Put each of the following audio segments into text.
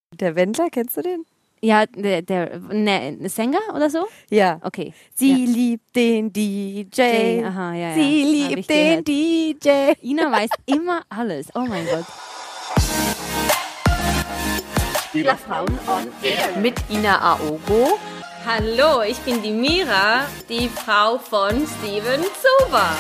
Der Wendler, kennst du den? Ja, der Sänger oder so? Ja. Okay. Sie liebt den DJ. Aha, ja. Sie liebt den DJ. Ina weiß immer alles. Oh mein Gott. Spielerfrauen on Air. Mit Ina Aogo. Hallo, ich bin die Mira, die Frau von Steven Zuber.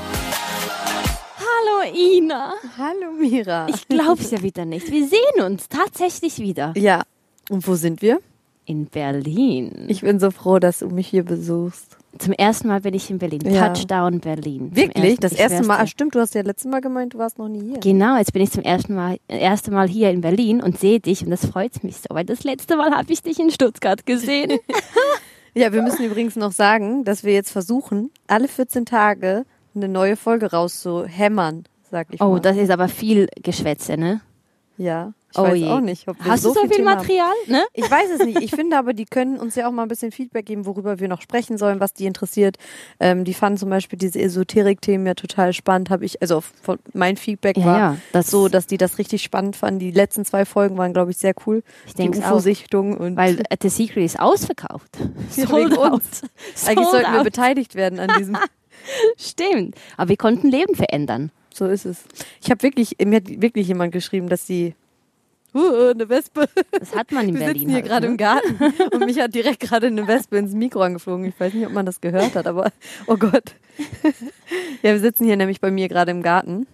Hallo Ina. Hallo Mira. Ich glaub's ja wieder nicht. Wir sehen uns tatsächlich wieder. Ja. Und wo sind wir? In Berlin. Ich bin so froh, dass du mich hier besuchst. Zum ersten Mal bin ich in Berlin. Ja. Touchdown Berlin. Wirklich? Das erste Mal? Dir. Stimmt, du hast ja letztes Mal gemeint, du warst noch nie hier. Genau, jetzt bin ich zum erste Mal hier in Berlin und sehe dich und das freut mich so, weil das letzte Mal habe ich dich in Stuttgart gesehen. Ja, wir müssen übrigens noch sagen, dass wir jetzt versuchen, alle 14 Tage eine neue Folge rauszuhämmern, sag ich mal. Oh, das ist aber viel Geschwätze, ne? Ja, ich weiß auch nicht, ob wir Hast so du so viel Thema Material, ne? Ich weiß es nicht. Ich finde aber, die können uns ja auch mal ein bisschen Feedback geben, worüber wir noch sprechen sollen, was die interessiert. Die fanden zum Beispiel diese Esoterik-Themen ja total spannend. Mein Feedback war so, dass die das richtig spannend fanden. Die letzten 2 Folgen waren, glaube ich, sehr cool. Ich die denke UFO-Sichtung und weil The Secret ist ausverkauft. Sold out. Eigentlich sollten wir beteiligt werden an diesem. Stimmt. Aber wir konnten Leben verändern. So ist es. Mir hat wirklich jemand geschrieben, dass sie eine Wespe. Das hat man in Wir Berlin. sitzen hier halt, gerade ne? im Garten und mich hat direkt gerade eine Wespe ins Mikro angeflogen. Ich weiß nicht, ob man das gehört hat, aber oh Gott. Ja, wir sitzen hier nämlich bei mir gerade im Garten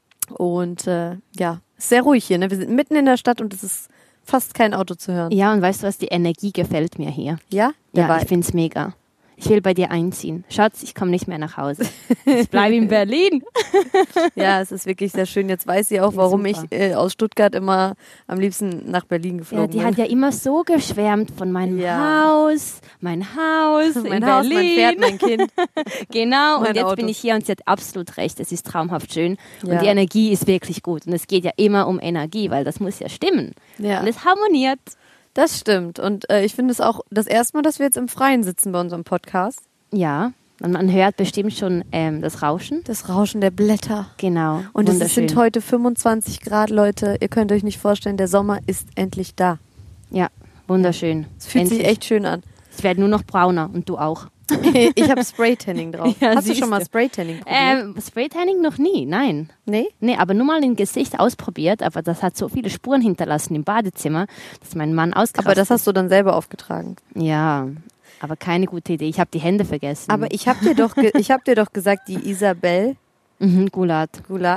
und ja, ist sehr ruhig hier. Ne? Wir sind mitten in der Stadt und es ist fast kein Auto zu hören. Ja, und weißt du was? Die Energie gefällt mir hier. Ja? Ja, ich find's mega. Ich will bei dir einziehen. Schatz, ich komme nicht mehr nach Hause. Ich bleibe in Berlin. Ja, es ist wirklich sehr schön. Jetzt weiß sie auch, warum ich aus Stuttgart immer am liebsten nach Berlin geflogen bin. Ja, die hat ja immer so geschwärmt von meinem Haus, mein Haus in mein Berlin. Haus, mein Pferd, mein Kind. Genau, Mein und jetzt Auto. bin ich hier und sie hat absolut recht. Es ist traumhaft schön Ja. und die Energie ist wirklich gut. Und es geht ja immer um Energie, weil das muss ja stimmen. Ja. Und es harmoniert. Das stimmt. Und ich finde es auch das erste Mal, dass wir jetzt im Freien sitzen bei unserem Podcast. Ja, und man hört bestimmt schon das Rauschen. Das Rauschen der Blätter. Genau, Und es wunderschön. sind heute 25 Grad, Leute. Ihr könnt euch nicht vorstellen, der Sommer ist endlich da. Ja, wunderschön. Es fühlt sich echt schön an. Ich werde nur noch brauner und du auch. Ich habe Spray-Tanning drauf. Ja, Hast du siehst schon mal du. Spray-Tanning probiert? Spraytanning noch nie, nein. Nee? Nee, aber nur mal im Gesicht ausprobiert, aber das hat so viele Spuren hinterlassen im Badezimmer, dass mein Mann ausgerastet Aber das hast du dann selber aufgetragen. ist. Ja, aber keine gute Idee. Ich habe die Hände vergessen. Aber ich habe dir doch gesagt, die Isabel Gulat.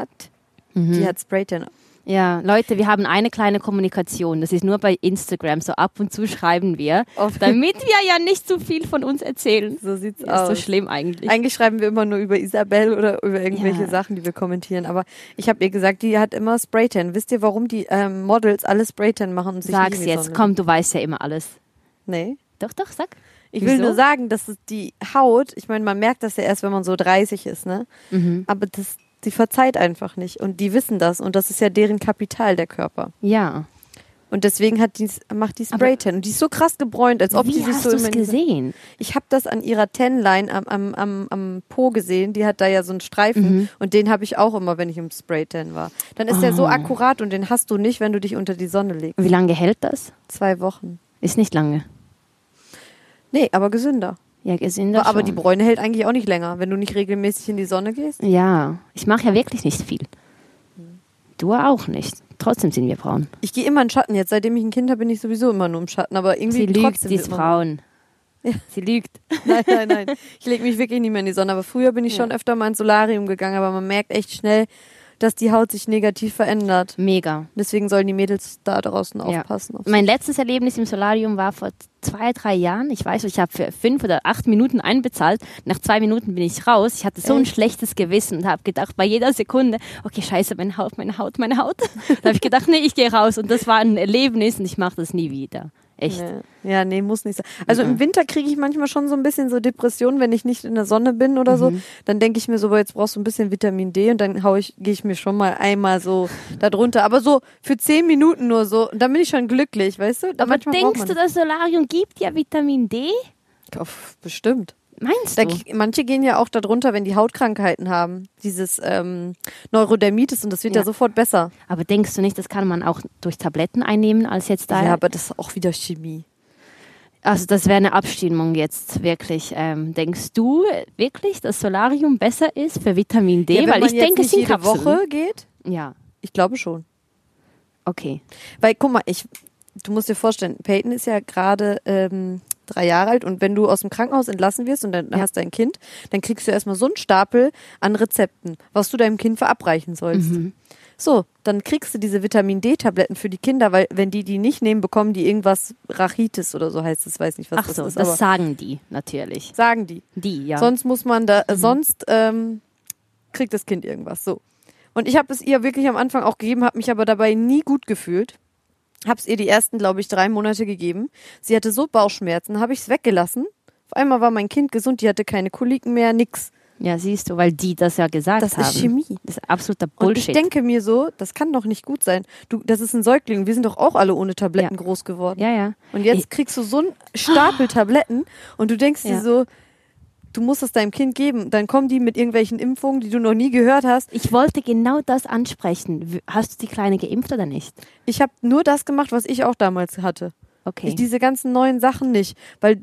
die hat Spray-Tanning. Ja, Leute, wir haben eine kleine Kommunikation. Das ist nur bei Instagram. So ab und zu schreiben wir, damit wir ja nicht so viel von uns erzählen. So sieht's Ist aus. so schlimm eigentlich. Eigentlich schreiben wir immer nur über Isabel oder über irgendwelche Ja. Sachen, die wir kommentieren. Aber ich habe ihr gesagt, die hat immer Spraytan. Wisst ihr, warum die Models alle Spraytan machen und sich Sag's nicht in die jetzt, Sonne komm, du weißt ja immer alles. legen? Nee. Doch, sag. Ich will Wieso? nur sagen, dass es die Haut, ich meine, man merkt das ja erst, wenn man so 30 ist, ne? Mhm. Aber die verzeiht einfach nicht. Und die wissen das. Und das ist ja deren Kapital, der Körper. Ja. Und deswegen macht die Spraytan. Und die ist so krass gebräunt, als ob Wie die sich hast so du's immer gesehen? Ich habe das an ihrer Tanline am Po gesehen. Die hat da ja so einen Streifen. Und den habe ich auch immer, wenn ich im Spraytan war. Dann ist der so akkurat und den hast du nicht, wenn du dich unter die Sonne legst. Wie lange hält das? 2 Wochen. Ist nicht lange. Nee, aber gesünder. Ja, gesünder Aber schon. die Bräune hält eigentlich auch nicht länger, wenn du nicht regelmäßig in die Sonne gehst. Ja, ich mache ja wirklich nicht viel. Du auch nicht. Trotzdem sind wir braun. Ich gehe immer in den Schatten. Jetzt, seitdem ich ein Kind habe, bin ich sowieso immer nur im Schatten. Aber irgendwie Sie lügt, trotzdem sie ist immer- braun. Ja. Sie lügt. Nein. Ich lege mich wirklich nicht mehr in die Sonne. Aber früher bin ich schon öfter mal ins Solarium gegangen. Aber man merkt echt schnell, dass die Haut sich negativ verändert. Mega. Deswegen sollen die Mädels da draußen Ja. aufpassen. Auf Mein letztes Erlebnis im Solarium war vor 2, 3 Jahren. Ich weiß, ich habe für 5 oder 8 Minuten einbezahlt. Nach 2 Minuten bin ich raus. Ich hatte so ein schlechtes Gewissen und habe gedacht, bei jeder Sekunde, okay, scheiße, meine Haut. Da habe ich gedacht, nee, ich gehe raus. Und das war ein Erlebnis und ich mache das nie wieder. Echt. Ja, nee, muss nicht sein. Also im Winter kriege ich manchmal schon so ein bisschen so Depressionen, wenn ich nicht in der Sonne bin oder so. Dann denke ich mir so, boah, jetzt brauchst du ein bisschen Vitamin D und dann gehe ich mir schon mal einmal so da drunter. Aber so für 10 Minuten nur so. Und dann bin ich schon glücklich, weißt du? Aber denkst du, das Solarium gibt ja Vitamin D? Bestimmt. Meinst Da, du? manche gehen ja auch darunter, wenn die Hautkrankheiten haben. Dieses Neurodermitis und das wird ja sofort besser. Aber denkst du nicht, das kann man auch durch Tabletten einnehmen, als jetzt da? Ja, aber das ist auch wieder Chemie. Also das wäre eine Abstimmung jetzt wirklich. Denkst du wirklich, dass Solarium besser ist für Vitamin D? Ja, wenn Weil man ich jetzt denke, es nicht sind jede Kapseln. Woche geht, Ja, ich glaube schon. okay. Weil, guck mal, du musst dir vorstellen, Peyton ist ja gerade 3 Jahre alt und wenn du aus dem Krankenhaus entlassen wirst und dann hast dein Kind, dann kriegst du erstmal so einen Stapel an Rezepten, was du deinem Kind verabreichen sollst. So, dann kriegst du diese Vitamin-D-Tabletten für die Kinder, weil wenn die nicht nehmen, bekommen die irgendwas Rachitis oder so heißt es, weiß nicht, was Ach das so, ist. das aber sagen die natürlich. sagen die. Die, ja. Sonst muss man sonst kriegt das Kind irgendwas. So. Und ich habe es ihr wirklich am Anfang auch gegeben, habe mich aber dabei nie gut gefühlt. Habe es ihr die ersten, glaube ich, 3 Monate gegeben. Sie hatte so Bauchschmerzen, habe ich es weggelassen. Auf einmal war mein Kind gesund, die hatte keine Koliken mehr, nix. Ja, siehst du, weil die das ja gesagt Das haben. ist Chemie. Das ist absoluter Und Bullshit. ich denke mir so, das kann doch nicht gut sein. Das ist ein Säugling, wir sind doch auch alle ohne Tabletten Ja. groß geworden. ja, ja. Und jetzt kriegst du so einen Stapel Tabletten und du denkst dir Ja. so, du musst es deinem Kind geben. Dann kommen die mit irgendwelchen Impfungen, die du noch nie gehört hast. Ich wollte genau das ansprechen. Hast du die Kleine geimpft oder nicht? Ich habe nur das gemacht, was ich auch damals hatte. Okay. Diese ganzen neuen Sachen nicht, weil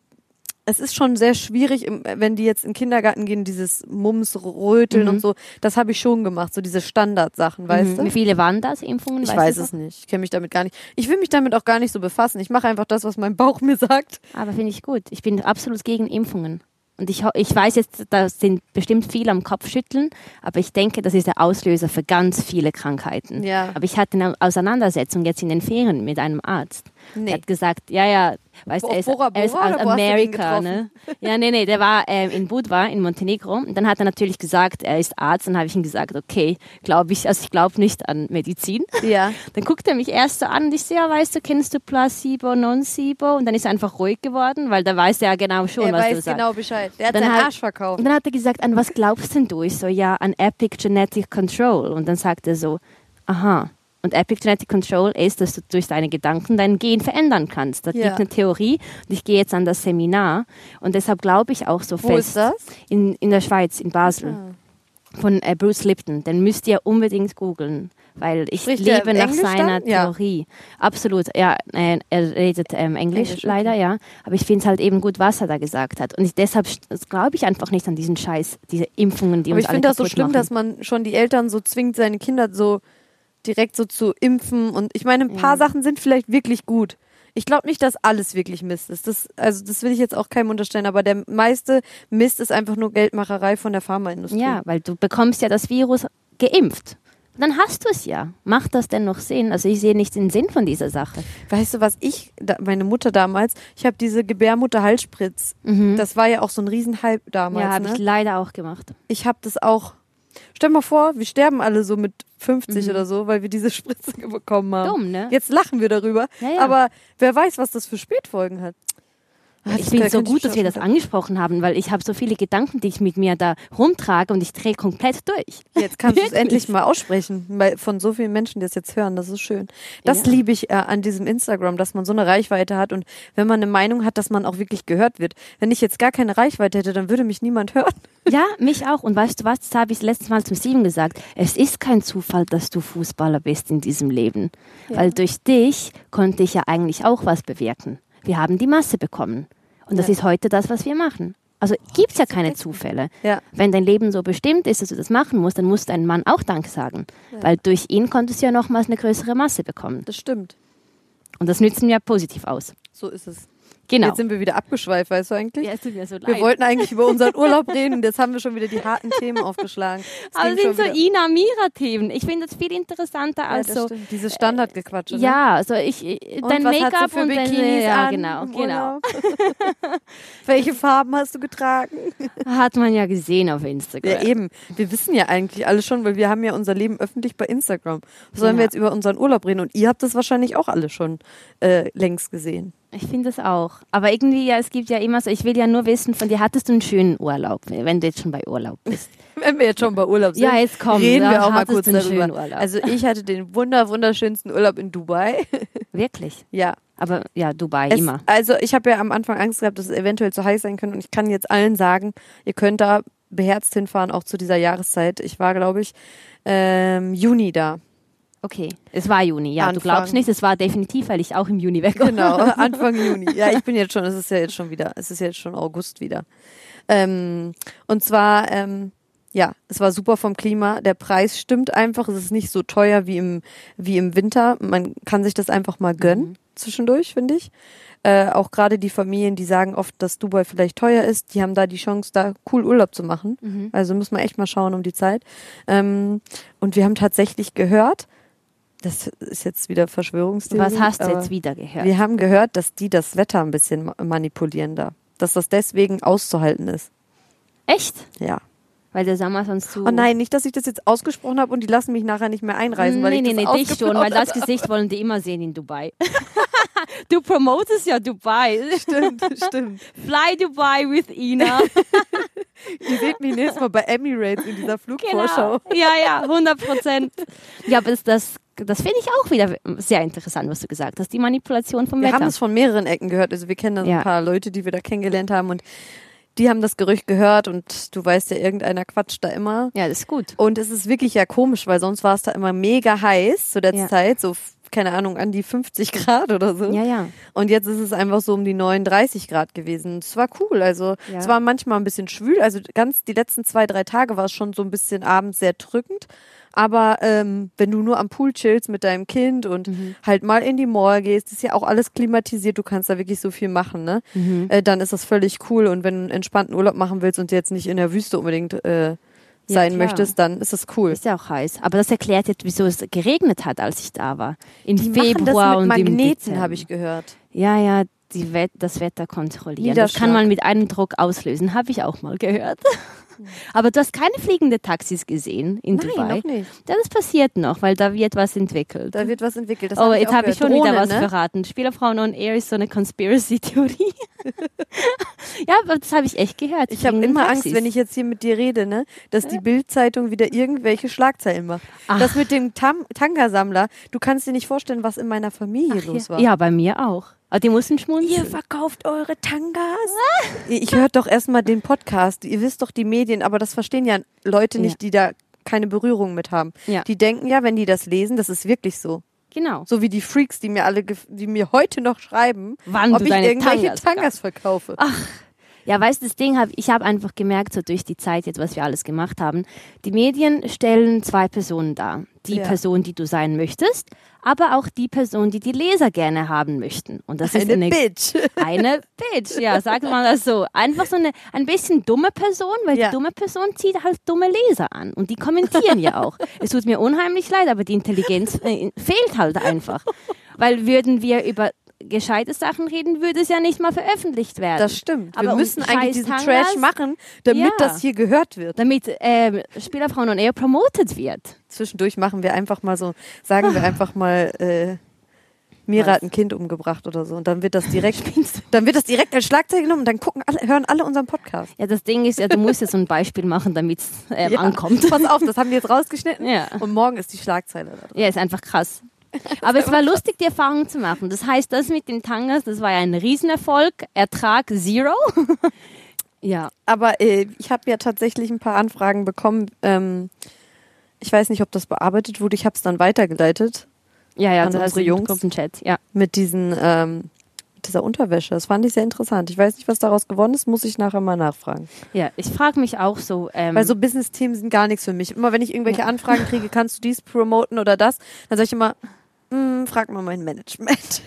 es ist schon sehr schwierig, wenn die jetzt in den Kindergarten gehen, dieses Mums, Röteln und so, das habe ich schon gemacht, so diese Standardsachen, weißt du? Wie viele waren das, Impfungen? Ich Weißt weiß du es nicht, ich kenne mich damit gar nicht. Ich will mich damit auch gar nicht so befassen. Ich mache einfach das, was mein Bauch mir sagt. Aber finde ich gut. Ich bin absolut gegen Impfungen. Und ich weiß jetzt, da sind bestimmt viele am Kopf schütteln, aber ich denke, das ist der Auslöser für ganz viele Krankheiten. Ja. Aber ich hatte eine Auseinandersetzung jetzt in den Ferien mit einem Arzt. Nee. Der hat gesagt, ja, weißt du, er ist Bora Bora, aus oder wo hast du den Amerika, getroffen? ne? Ja, nee, der war in Budva in Montenegro. Und dann hat er natürlich gesagt, er ist Arzt. Dann habe ich ihm gesagt, okay, ich glaube nicht an Medizin. Ja. Dann guckt er mich erst so an und ich so, ja, weißt du, kennst du Placebo, Nocebo? Und dann ist er einfach ruhig geworden, weil da weiß er ja genau schon, Er was du weiß sagst. genau Bescheid. Der hat Dann seinen hat- Arsch verkauft. Und dann hat er gesagt, an was glaubst denn du? Ich so, ja, an Epic Genetic Control. Und dann sagt er so, aha. Und Epic Genetic Control ist, dass du durch deine Gedanken dein Gen verändern kannst. Das Ja. gibt eine Theorie und ich gehe jetzt an das Seminar und deshalb glaube ich auch so Wo fest. ist das? In der Schweiz, in Basel. Von Bruce Lipton. Den müsst ihr unbedingt googeln, weil ich Spricht der lebe nach Englisch seiner dann? Ja. Theorie. Absolut, ja. Er redet Englisch, Englisch, okay. leider, ja. Aber ich finde es halt eben gut, was er da gesagt hat. Und deshalb glaube ich einfach nicht an diesen Scheiß, diese Impfungen, die Aber uns ich alle finde das so kaputt schlimm, machen. dass man schon die Eltern so zwingt, seine Kinder so direkt so zu impfen. Und ich meine, ein paar Sachen sind vielleicht wirklich gut. Ich glaube nicht, dass alles wirklich Mist ist. Das will ich jetzt auch keinem unterstellen, aber der meiste Mist ist einfach nur Geldmacherei von der Pharmaindustrie. Ja, weil du bekommst ja das Virus geimpft. Und dann hast du es ja. Macht das denn noch Sinn? Also ich sehe nicht den Sinn von dieser Sache. Weißt du, was meine Mutter damals, ich habe diese Gebärmutter-Halsspritz, das war ja auch so ein Riesenhype damals. Ja, habe ich ne? leider auch gemacht. Ich habe das auch. Stell mal vor, wir sterben alle so mit 50 oder so, weil wir diese Spritze bekommen haben. Dumm, ne? Jetzt lachen wir darüber, Ja, ja. aber wer weiß, was das für Spätfolgen hat. Ich finde es so gut, dass wir das angesprochen haben, weil ich habe so viele Gedanken, die ich mit mir da rumtrage und ich drehe komplett durch. Jetzt kannst du es Wirklich? endlich mal aussprechen, weil von so vielen Menschen, die es jetzt hören, das ist schön. Das Ja. liebe ich an diesem Instagram, dass man so eine Reichweite hat und wenn man eine Meinung hat, dass man auch wirklich gehört wird. Wenn ich jetzt gar keine Reichweite hätte, dann würde mich niemand hören. Ja, mich auch. Und weißt du was, das habe ich letztes Mal zum Steven gesagt. Es ist kein Zufall, dass du Fußballer bist in diesem Leben. Weil durch dich konnte ich ja eigentlich auch was bewirken. Wir haben die Masse bekommen. Und das ist heute das, was wir machen. Also gibt's ja keine Zufälle. Ja. Wenn dein Leben so bestimmt ist, dass du das machen musst, dann musst dein Mann auch Dank sagen. Weil durch ihn konntest du ja nochmals eine größere Masse bekommen. Das stimmt. Und das nützen wir positiv aus. So ist es. Genau. Jetzt sind wir wieder abgeschweift, weißt du eigentlich? Ja, es tut mir so leid. Wir wollten eigentlich über unseren Urlaub reden und jetzt haben wir schon wieder die harten Themen aufgeschlagen. Es Aber ging das sind schon so wieder- Ina-Mira-Themen. Ich finde das viel interessanter Ja, als das so. stimmt. Dieses Standardgequatsche. Ne? Ja, also dein was hat sie Make-up für und dein Bikinis ja, an genau, im genau. Urlaub? Welche Farben hast du getragen? Hat man ja gesehen auf Instagram. Ja, eben. Wir wissen ja eigentlich alles schon, weil wir haben ja unser Leben öffentlich bei Instagram. Sollen wir Ja. jetzt über unseren Urlaub reden? Und ihr habt das wahrscheinlich auch alle schon längst gesehen. Ich finde das auch. Aber irgendwie, ja, es gibt ja immer so, ich will ja nur wissen von dir, hattest du einen schönen Urlaub, wenn du jetzt schon bei Urlaub bist? Wenn wir jetzt schon bei Urlaub sind, Ja, jetzt komm, reden ja, wir auch mal hattest kurz du einen darüber. schönen Urlaub? Also ich hatte den wunderschönsten Urlaub in Dubai. Wirklich? Ja. Aber ja, Dubai immer. Also ich habe ja am Anfang Angst gehabt, dass es eventuell zu heiß sein könnte. Und ich kann jetzt allen sagen, ihr könnt da beherzt hinfahren, auch zu dieser Jahreszeit. Ich war, glaube ich, Juni da. Okay, es war Juni. Ja, du glaubst nicht, es war definitiv, weil ich auch im Juni weg war. Genau, Anfang Juni. Ja, ich bin jetzt schon, es ist jetzt schon August wieder. Und zwar, ja, es war super vom Klima. Der Preis stimmt einfach. Es ist nicht so teuer wie im Winter. Man kann sich das einfach mal gönnen zwischendurch, finde ich. Auch gerade die Familien, die sagen oft, dass Dubai vielleicht teuer ist, die haben da die Chance, da cool Urlaub zu machen. Also muss man echt mal schauen um die Zeit. Und wir haben tatsächlich gehört, das ist jetzt wieder Verschwörungstheorie. Was hast du jetzt wieder gehört? Wir haben gehört, dass die das Wetter ein bisschen manipulieren da. Dass das deswegen auszuhalten ist. Echt? Ja. Weil der Sommer sonst zu... Oh nein, nicht, dass ich das jetzt ausgesprochen habe und die lassen mich nachher nicht mehr einreisen, weil ich das dich schon, weil das Gesicht wollen die immer sehen in Dubai. Du promotest ja Dubai. Stimmt. Fly Dubai with Ina. Ihr seht mich nächstes Mal bei Emirates in dieser Flugvorschau. Genau. Ja, 100%. Ja, aber das finde ich auch wieder sehr interessant, was du gesagt hast. Die Manipulation vom Wetter. Wir haben es von mehreren Ecken gehört. Also wir kennen da so ein paar Leute, die wir da kennengelernt haben und die haben das Gerücht gehört und du weißt ja, irgendeiner quatscht da immer. Ja, das ist gut. Und es ist wirklich ja komisch, weil sonst war es da immer mega heiß zu der Zeit, so keine Ahnung, an die 50 Grad oder so. Ja. Und jetzt ist es einfach so um die 39 Grad gewesen. Es war cool, also es war manchmal ein bisschen schwül, also die letzten 2-3 Tage war es schon so ein bisschen abends sehr drückend. Aber wenn du nur am Pool chillst mit deinem Kind und halt mal in die Mall gehst, ist ja auch alles klimatisiert, du kannst da wirklich so viel machen, ne? Dann ist das völlig cool. Und wenn du einen entspannten Urlaub machen willst und jetzt nicht in der Wüste unbedingt sein möchtest, dann ist das cool. Ist ja auch heiß. Aber das erklärt jetzt, wieso es geregnet hat, als ich da war. Im Februar machen das mit und Magneten, habe ich gehört. Ja, das Wetter kontrollieren. Das kann man mit einem Druck auslösen, habe ich auch mal gehört. Aber du hast keine fliegende Taxis gesehen in Dubai? Nein, noch nicht. Ja, das passiert noch, weil da wird was entwickelt. Das Jetzt habe ich schon wieder was verraten. Spielerfrauen on Air ist so eine Conspiracy-Theorie. Ja, aber das habe ich echt gehört. Ich habe immer Angst, wenn ich jetzt hier mit dir rede, ne, dass die Bild-Zeitung wieder irgendwelche Schlagzeilen macht. Das mit dem Tanga-Sammler, du kannst dir nicht vorstellen, was in meiner Familie los war. Ja, bei mir auch. Aber die mussten schmunzeln. Ihr verkauft eure Tangas? Ich höre doch erstmal den Podcast. Ihr wisst doch die Medien, aber das verstehen ja Leute nicht, die da keine Berührung mit haben. Ja. Die denken ja, wenn die das lesen, das ist wirklich so. Genau. So wie die Freaks, die mir heute noch schreiben, wann ob ich irgendwelche Tangas verkaufe. Ach. Ja, weißt du, das Ding ich habe einfach gemerkt, so durch die Zeit jetzt, was wir alles gemacht haben, die Medien stellen 2 Personen dar. Die Person, die du sein möchtest, aber auch die Person, die die Leser gerne haben möchten. Und das ist eine Bitch. Eine Bitch, ja, sagt man das so. Einfach so ein bisschen dumme Person, weil die dumme Person zieht halt dumme Leser an. Und die kommentieren ja auch. Es tut mir unheimlich leid, aber die Intelligenz fehlt halt einfach. Weil würden wir über gescheite Sachen reden, würde es ja nicht mal veröffentlicht werden. Das stimmt. Aber wir müssen eigentlich diesen Trash machen, damit das hier gehört wird. Damit Spielerfrauen on Air promotet wird. Zwischendurch machen wir einfach mal so, sagen wir einfach mal, Mira hat ein Kind umgebracht oder so und dann wird das direkt als Schlagzeile genommen und dann hören alle unseren Podcast. Ja, das Ding ist ja, du musst jetzt so ein Beispiel machen, damit es ankommt. Pass auf, das haben wir jetzt rausgeschnitten und morgen ist die Schlagzeile da drin. Ja, ist einfach krass. Aber es war lustig, die Erfahrung zu machen. Das heißt, das mit den Tangas, das war ja ein Riesenerfolg. Ertrag 0. Ja. Aber ich habe ja tatsächlich ein paar Anfragen bekommen. Ich weiß nicht, ob das bearbeitet wurde. Ich habe es dann weitergeleitet. Ja, an unsere Jungs. Gruppenchat, ja. Mit dieser Unterwäsche. Das fand ich sehr interessant. Ich weiß nicht, was daraus geworden ist, muss ich nachher mal nachfragen. Ja, ich frage mich auch so. Weil so Business-Themen sind gar nichts für mich. Immer wenn ich irgendwelche Anfragen kriege, kannst du dies promoten oder das, dann sage ich immer, frag mal mein Management.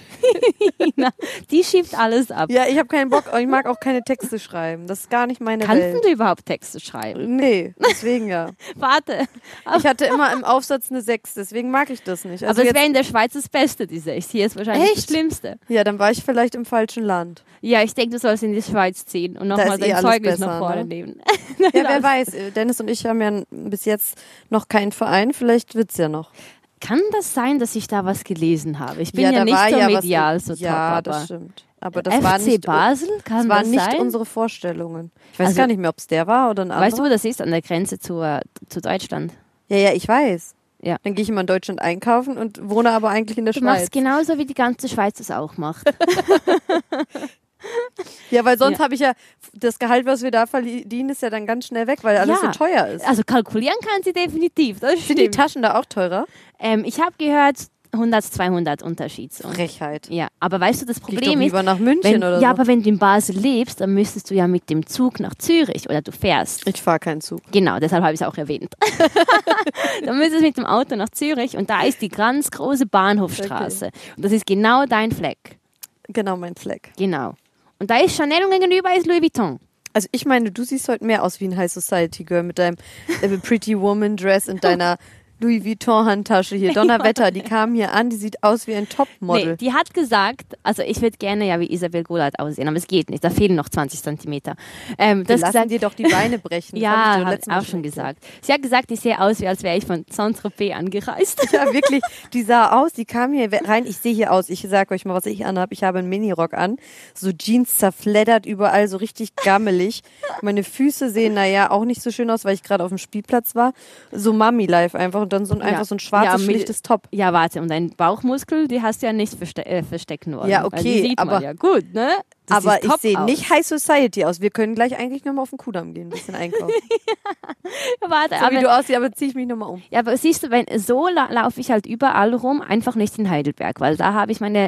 Die schiebt alles ab. Ja, ich habe keinen Bock, ich mag auch keine Texte schreiben. Das ist gar nicht meine Welt. Kannst du überhaupt Texte schreiben? Nee, deswegen ja. Warte. Ich hatte immer im Aufsatz eine 6, deswegen mag ich das nicht. Also aber es wäre in der Schweiz das Beste, die 6. Hier ist wahrscheinlich das Schlimmste. Ja, dann war ich vielleicht im falschen Land. Ja, ich denke, du sollst in die Schweiz ziehen und nochmal dein Zeugnis nach vorne nehmen. Ja, wer weiß. Dennis und ich haben ja bis jetzt noch keinen Verein. Vielleicht wird's ja noch. Kann das sein, dass ich da was gelesen habe? Ich bin ja nicht so medial so top. Ja, das stimmt. Aber das war nicht Basel? Kann das das nicht sein? Unsere Vorstellungen. Ich weiß gar nicht mehr, ob es der war oder ein anderer. Weißt du, wo das ist? An der Grenze zu Deutschland. Ja, ich weiß. Ja. Dann gehe ich immer in Deutschland einkaufen und wohne aber eigentlich in der Du Schweiz. machst genauso, wie die ganze Schweiz das auch macht. Ja, weil sonst Ja. habe ich ja, das Gehalt, was wir da verdienen, ist ja dann ganz schnell weg, weil alles so teuer ist. Also kalkulieren kann sie definitiv, das Sind die stimmt. Taschen da auch teurer? Ich habe gehört, 100, 200 Unterschied. So. Frechheit. Ja, aber weißt du, das Flieg doch Problem ist, lieber nach München oder so. aber wenn du in Basel lebst, dann müsstest du ja mit dem Zug nach Zürich oder du fährst. Ich fahre keinen Zug. Genau, deshalb habe ich es auch erwähnt. Dann müsstest du mit dem Auto nach Zürich und da ist die ganz große Bahnhofstraße. Und das ist genau dein Fleck. Genau, mein Fleck. Genau. Und da ist Chanel und gegenüber ist Louis Vuitton. Also ich meine, du siehst heute mehr aus wie ein High Society Girl mit deinem Pretty Woman Dress und deiner Louis Vuitton Handtasche hier. Donnerwetter, die kam hier an, die sieht aus wie ein Topmodel. Nee, die hat gesagt, also ich würde gerne ja wie Isabel Goulart aussehen, aber es geht nicht, da fehlen noch 20 Zentimeter. Wir lassen dir doch die Beine brechen. Das Ja, hab ich dir hat letztes Mal auch schon gesagt. Sie hat gesagt, ich sehe aus, wie als wäre ich von Saint-Tropez angereist. Ja, wirklich, die sah aus, die kam hier rein, ich sehe hier aus, ich sag euch mal, was ich anhabe. Ich habe einen Minirock an, so Jeans zerfleddert überall, so richtig gammelig. Meine Füße sehen, naja, auch nicht so schön aus, weil ich gerade auf dem Spielplatz war. So Mummy-Life einfach und dann einfach so ein schwarzes, schlichtes Top. Ja, warte, und dein Bauchmuskel, die hast du ja nicht verstecken wollen. Ja, Weil okay, die sieht aber- man ja gut, ne? Das Aber sieht ich top sehe aus. nicht High Society aus. Wir können gleich eigentlich nochmal auf den Kudamm gehen, ein bisschen einkaufen. Warte, So wie aber, du aussiehst, aber zieh ich mich nochmal um. ja, aber siehst du, so laufe ich halt überall rum, einfach nicht in Heidelberg, weil da habe ich meine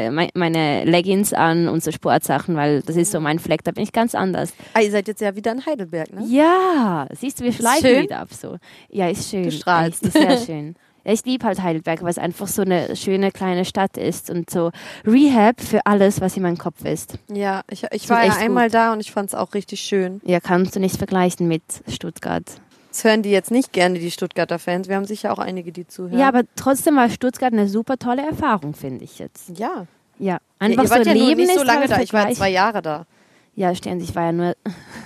Leggings an und so Sportsachen, weil das ist so mein Fleck, da bin ich ganz anders. Ah, ihr seid jetzt ja wieder in Heidelberg, ne? Ja, siehst du, wir schleichen schön? wieder ab so. Ja, ist schön. Du strahlst. Echt, ist sehr schön. Ja, ich liebe halt Heidelberg, weil es einfach so eine schöne kleine Stadt ist und so Rehab für alles, was in meinem Kopf ist. Ja, ich So war ja echt einmal gut. da und ich fand es auch richtig schön. Ja, kannst du nicht vergleichen mit Stuttgart. Das hören die jetzt nicht gerne, die Stuttgarter Fans. Wir haben sicher auch einige, die zuhören. Ja, aber trotzdem war Stuttgart eine super tolle Erfahrung, finde ich jetzt. Ja. Ja, Ja, einfach ihr wart so ja nur Leben nicht so ist lange halt da. Ich war Vergleich. 2 Jahre da. Ja, stimmt, ich war ja nur...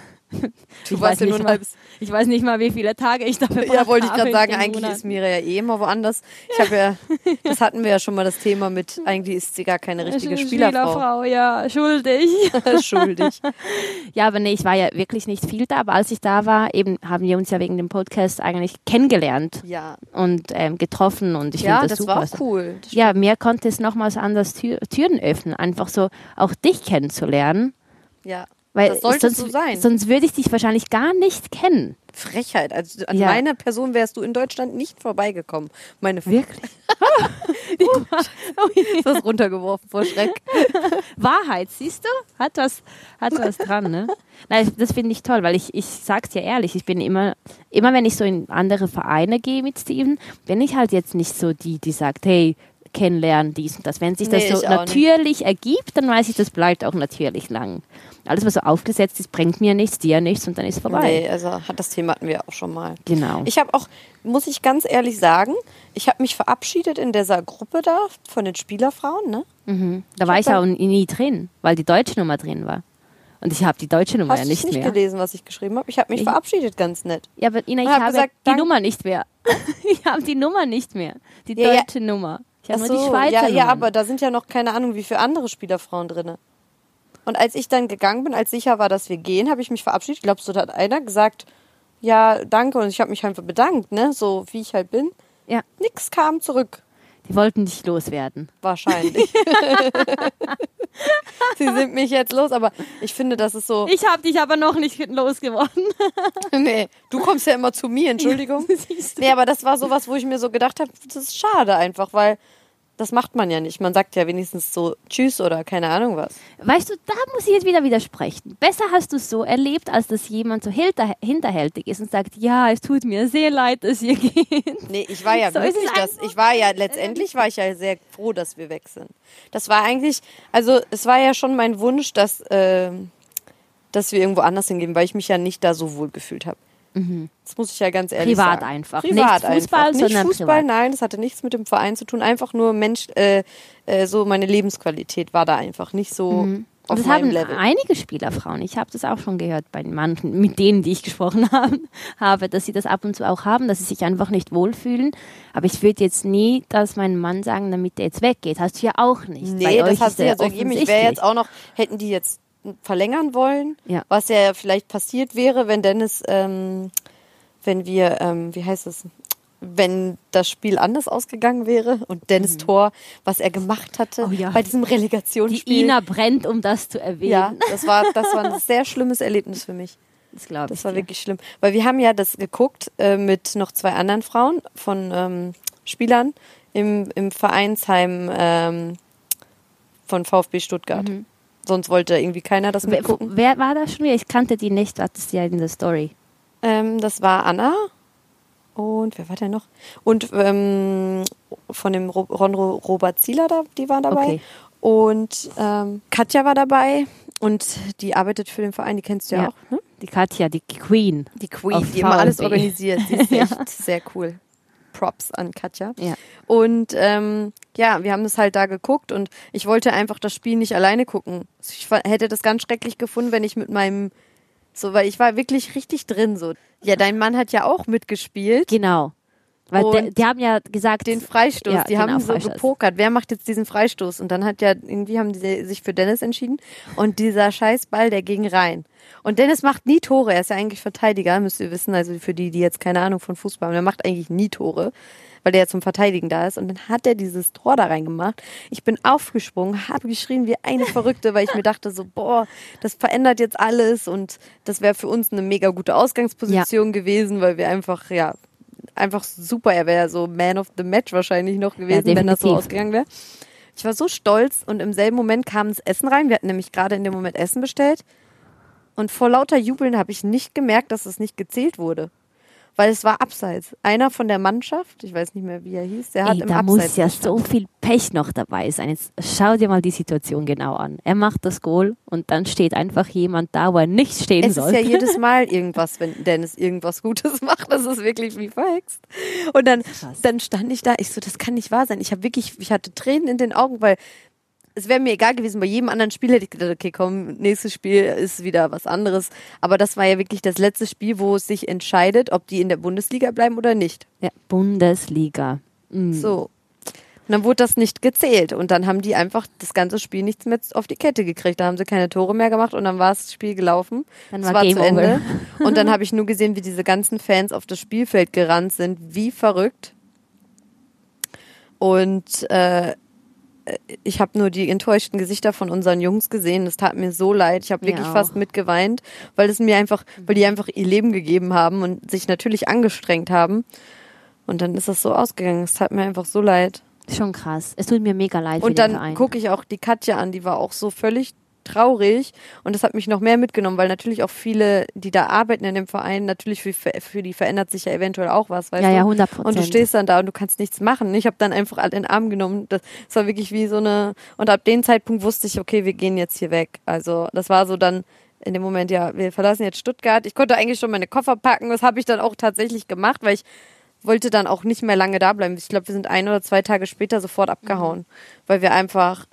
Du warst ja nur ein halbes... Ich weiß nicht mal, wie viele Tage ich da verbracht Ja, wollte ich habe gerade in sagen, den eigentlich Monaten. ist Mira ja eh immer woanders. Ich habe ja, das hatten wir ja schon mal das Thema mit, eigentlich ist sie gar keine richtige Spielerfrau. Ja, schuldig. Schuldig. Ja, aber nee, ich war ja wirklich nicht viel da, aber als ich da war, eben haben wir uns ja wegen dem Podcast eigentlich kennengelernt Ja, und getroffen und ich ja, finde das das super. war auch cool. Das Ja, mir konnte es nochmals anders Türen öffnen, einfach so auch dich kennenzulernen. Ja, Weil das sollte sonst, so sein. Sonst würde ich dich wahrscheinlich gar nicht kennen. Frechheit. Also an Ja. meiner Person wärst du in Deutschland nicht vorbeigekommen. Meine Wirklich? ist das runtergeworfen vor Schreck. Wahrheit, siehst du? Hat was dran, ne? Nein, das finde ich toll, weil ich sag's dir ehrlich, ich bin immer wenn ich so in andere Vereine gehe mit Steven, bin ich halt jetzt nicht so die sagt, hey, kennenlernen, dies und das. Wenn sich das Nee, so ich auch natürlich ergibt, dann weiß ich, das bleibt auch natürlich lang. Alles, was so aufgesetzt ist, bringt mir nichts, dir nichts und dann ist vorbei. Nee, also das Thema hatten wir auch schon mal. Genau. Ich habe auch, muss ich ganz ehrlich sagen, ich habe mich verabschiedet in dieser Gruppe da von den Spielerfrauen, ne? Da war ich ja auch nie drin, weil die deutsche Nummer drin war. Und ich habe die deutsche Nummer Hast ja du nicht nicht mehr. gelesen, was ich geschrieben habe? Ich habe mich verabschiedet, ganz nett. Ja, aber Ina, ich Und hab habe gesagt, die dank- Nummer nicht mehr. Ich habe die Nummer nicht mehr. Die Ja, ja. deutsche Nummer. Ich habe Ach nur die so, Schweizer ja, Nummer. ja, aber da sind ja noch keine Ahnung, wie viele andere Spielerfrauen drin. Und als ich dann gegangen bin, als sicher war, dass wir gehen, habe ich mich verabschiedet. Glaubst du, da hat einer gesagt, ja, danke, und ich habe mich einfach bedankt, ne, so wie ich halt bin. Ja. Nix kam zurück, Die wollten dich loswerden. wahrscheinlich. Sie sind mich jetzt los, aber ich finde, das ist so, Ich habe dich aber noch nicht losgeworden. nee, du kommst ja immer zu mir, Entschuldigung. Nee, aber das war sowas, wo ich mir so gedacht habe, das ist schade einfach, weil das macht man ja nicht. Man sagt ja wenigstens so Tschüss oder keine Ahnung was. Weißt du, da muss ich jetzt wieder widersprechen. Besser hast du es so erlebt, als dass jemand so hinterhältig ist und sagt, ja, es tut mir sehr leid, dass ihr geht. Nee, ich war ja So ist es glücklich, letztendlich war ich ja sehr froh, dass wir weg sind. Das war eigentlich, also es war ja schon mein Wunsch, dass wir irgendwo anders hingehen, weil ich mich ja nicht da so wohl gefühlt habe. Das muss ich ja ganz ehrlich Privat sagen. einfach. Privat Nicht Fußball, einfach. Nicht sondern Fußball, privat. nein, das hatte nichts mit dem Verein zu tun. Einfach nur so meine Lebensqualität war da einfach nicht so auf Und das meinem haben Level. einige Spielerfrauen. Ich habe das auch schon gehört bei manchen, mit denen, die ich gesprochen habe, dass sie das ab und zu auch haben, dass sie sich einfach nicht wohlfühlen. Aber ich würde jetzt nie, dass mein Mann sagen, damit der jetzt weggeht. Hast du ja auch nicht. Nee, Bei das euch hat ist sie der ja so gegeben. Ich wäre offensichtlich. jetzt auch noch, hätten die jetzt verlängern wollen, Ja. was ja vielleicht passiert wäre, wenn Dennis, wenn wir, wenn das Spiel anders ausgegangen wäre und Dennis Tor, was er gemacht hatte bei diesem Relegationsspiel. Die Ina brennt, um das zu erwähnen. Ja, das war ein sehr schlimmes Erlebnis für mich. Das glaube ich. Das war wirklich schlimm. Weil wir haben ja das geguckt mit noch 2 anderen Frauen von Spielern im Vereinsheim von VfB Stuttgart. Sonst wollte irgendwie keiner das mitgucken. Wer war das schon wieder? Ich kannte die nicht, das ist ja in der Story. Das war Anna und wer war denn noch? Und von dem Robert Zieler, die waren dabei. Okay. Und Katja war dabei und die arbeitet für den Verein, die kennst du ja auch, ne? Die Katja, die Queen. Die Queen, Auf die immer alles VfB. organisiert. Die ist echt sehr cool. Props an Katja. Ja. Und wir haben das halt da geguckt und ich wollte einfach das Spiel nicht alleine gucken. Ich hätte das ganz schrecklich gefunden, wenn ich mit meinem, weil ich war wirklich richtig drin so. Ja, dein Mann hat ja auch mitgespielt. Genau. Weil die haben ja gesagt... Den Freistoß, Ja, die genau, haben so Freistoß. gepokert. Wer macht jetzt diesen Freistoß? Und dann haben die sich für Dennis entschieden. Und dieser Scheißball, der ging rein. Und Dennis macht nie Tore. Er ist ja eigentlich Verteidiger, müsst ihr wissen. Also für die jetzt keine Ahnung von Fußball haben. Er macht eigentlich nie Tore, weil der ja zum Verteidigen da ist. Und dann hat er dieses Tor da reingemacht. Ich bin aufgesprungen, habe geschrien wie eine Verrückte, weil ich mir dachte so, boah, das verändert jetzt alles. Und das wäre für uns eine mega gute Ausgangsposition gewesen, weil wir einfach super. Er wäre so Man of the Match wahrscheinlich noch gewesen, wenn das so ausgegangen wäre. Ich war so stolz und im selben Moment kam das Essen rein. Wir hatten nämlich gerade in dem Moment Essen bestellt. Und vor lauter Jubeln habe ich nicht gemerkt, dass es nicht gezählt wurde. Weil es war abseits. Einer von der Mannschaft, ich weiß nicht mehr, wie er hieß, der hat im da Abseits muss ja gestanden. so viel Pech noch dabei sein. Jetzt schau dir mal die Situation genau an. Er macht das Goal und dann steht einfach jemand da, wo er nicht stehen Es soll. ist ja jedes Mal irgendwas, wenn Dennis irgendwas Gutes macht. Das ist wirklich wie verhext. Und dann stand ich da, ich so, das kann nicht wahr sein. Ich hatte Tränen in den Augen, weil es wäre mir egal gewesen, bei jedem anderen Spiel hätte ich gedacht, okay, komm, nächstes Spiel ist wieder was anderes. Aber das war ja wirklich das letzte Spiel, wo es sich entscheidet, ob die in der Bundesliga bleiben oder nicht. Ja, Bundesliga. So. Und dann wurde das nicht gezählt. Und dann haben die einfach das ganze Spiel nichts mehr auf die Kette gekriegt. Da haben sie keine Tore mehr gemacht und dann war das Spiel gelaufen. Dann Es war war Game zu Ende. Over. Und dann habe ich nur gesehen, wie diese ganzen Fans auf das Spielfeld gerannt sind. Wie verrückt. Und ich habe nur die enttäuschten Gesichter von unseren Jungs gesehen. Das tat mir so leid. Ich habe wirklich fast mitgeweint, weil die einfach ihr Leben gegeben haben und sich natürlich angestrengt haben. Und dann ist das so ausgegangen. Es tat mir einfach so leid. Schon krass. Es tut mir mega leid für Und den dann Verein. gucke ich auch die Katja an, die war auch so völlig traurig und das hat mich noch mehr mitgenommen, weil natürlich auch viele, die da arbeiten in dem Verein, natürlich für die verändert sich ja eventuell auch was, weißt du? Ja, 100%. Und du stehst dann da und du kannst nichts machen. Ich habe dann einfach alle in den Arm genommen. Das war wirklich wie so eine, und ab dem Zeitpunkt wusste ich, okay, wir gehen jetzt hier weg. Also das war so dann in dem Moment, ja, wir verlassen jetzt Stuttgart. Ich konnte eigentlich schon meine Koffer packen, das habe ich dann auch tatsächlich gemacht, weil ich wollte dann auch nicht mehr lange da bleiben. Ich glaube, wir sind 1 oder 2 Tage später sofort abgehauen, weil wir einfach,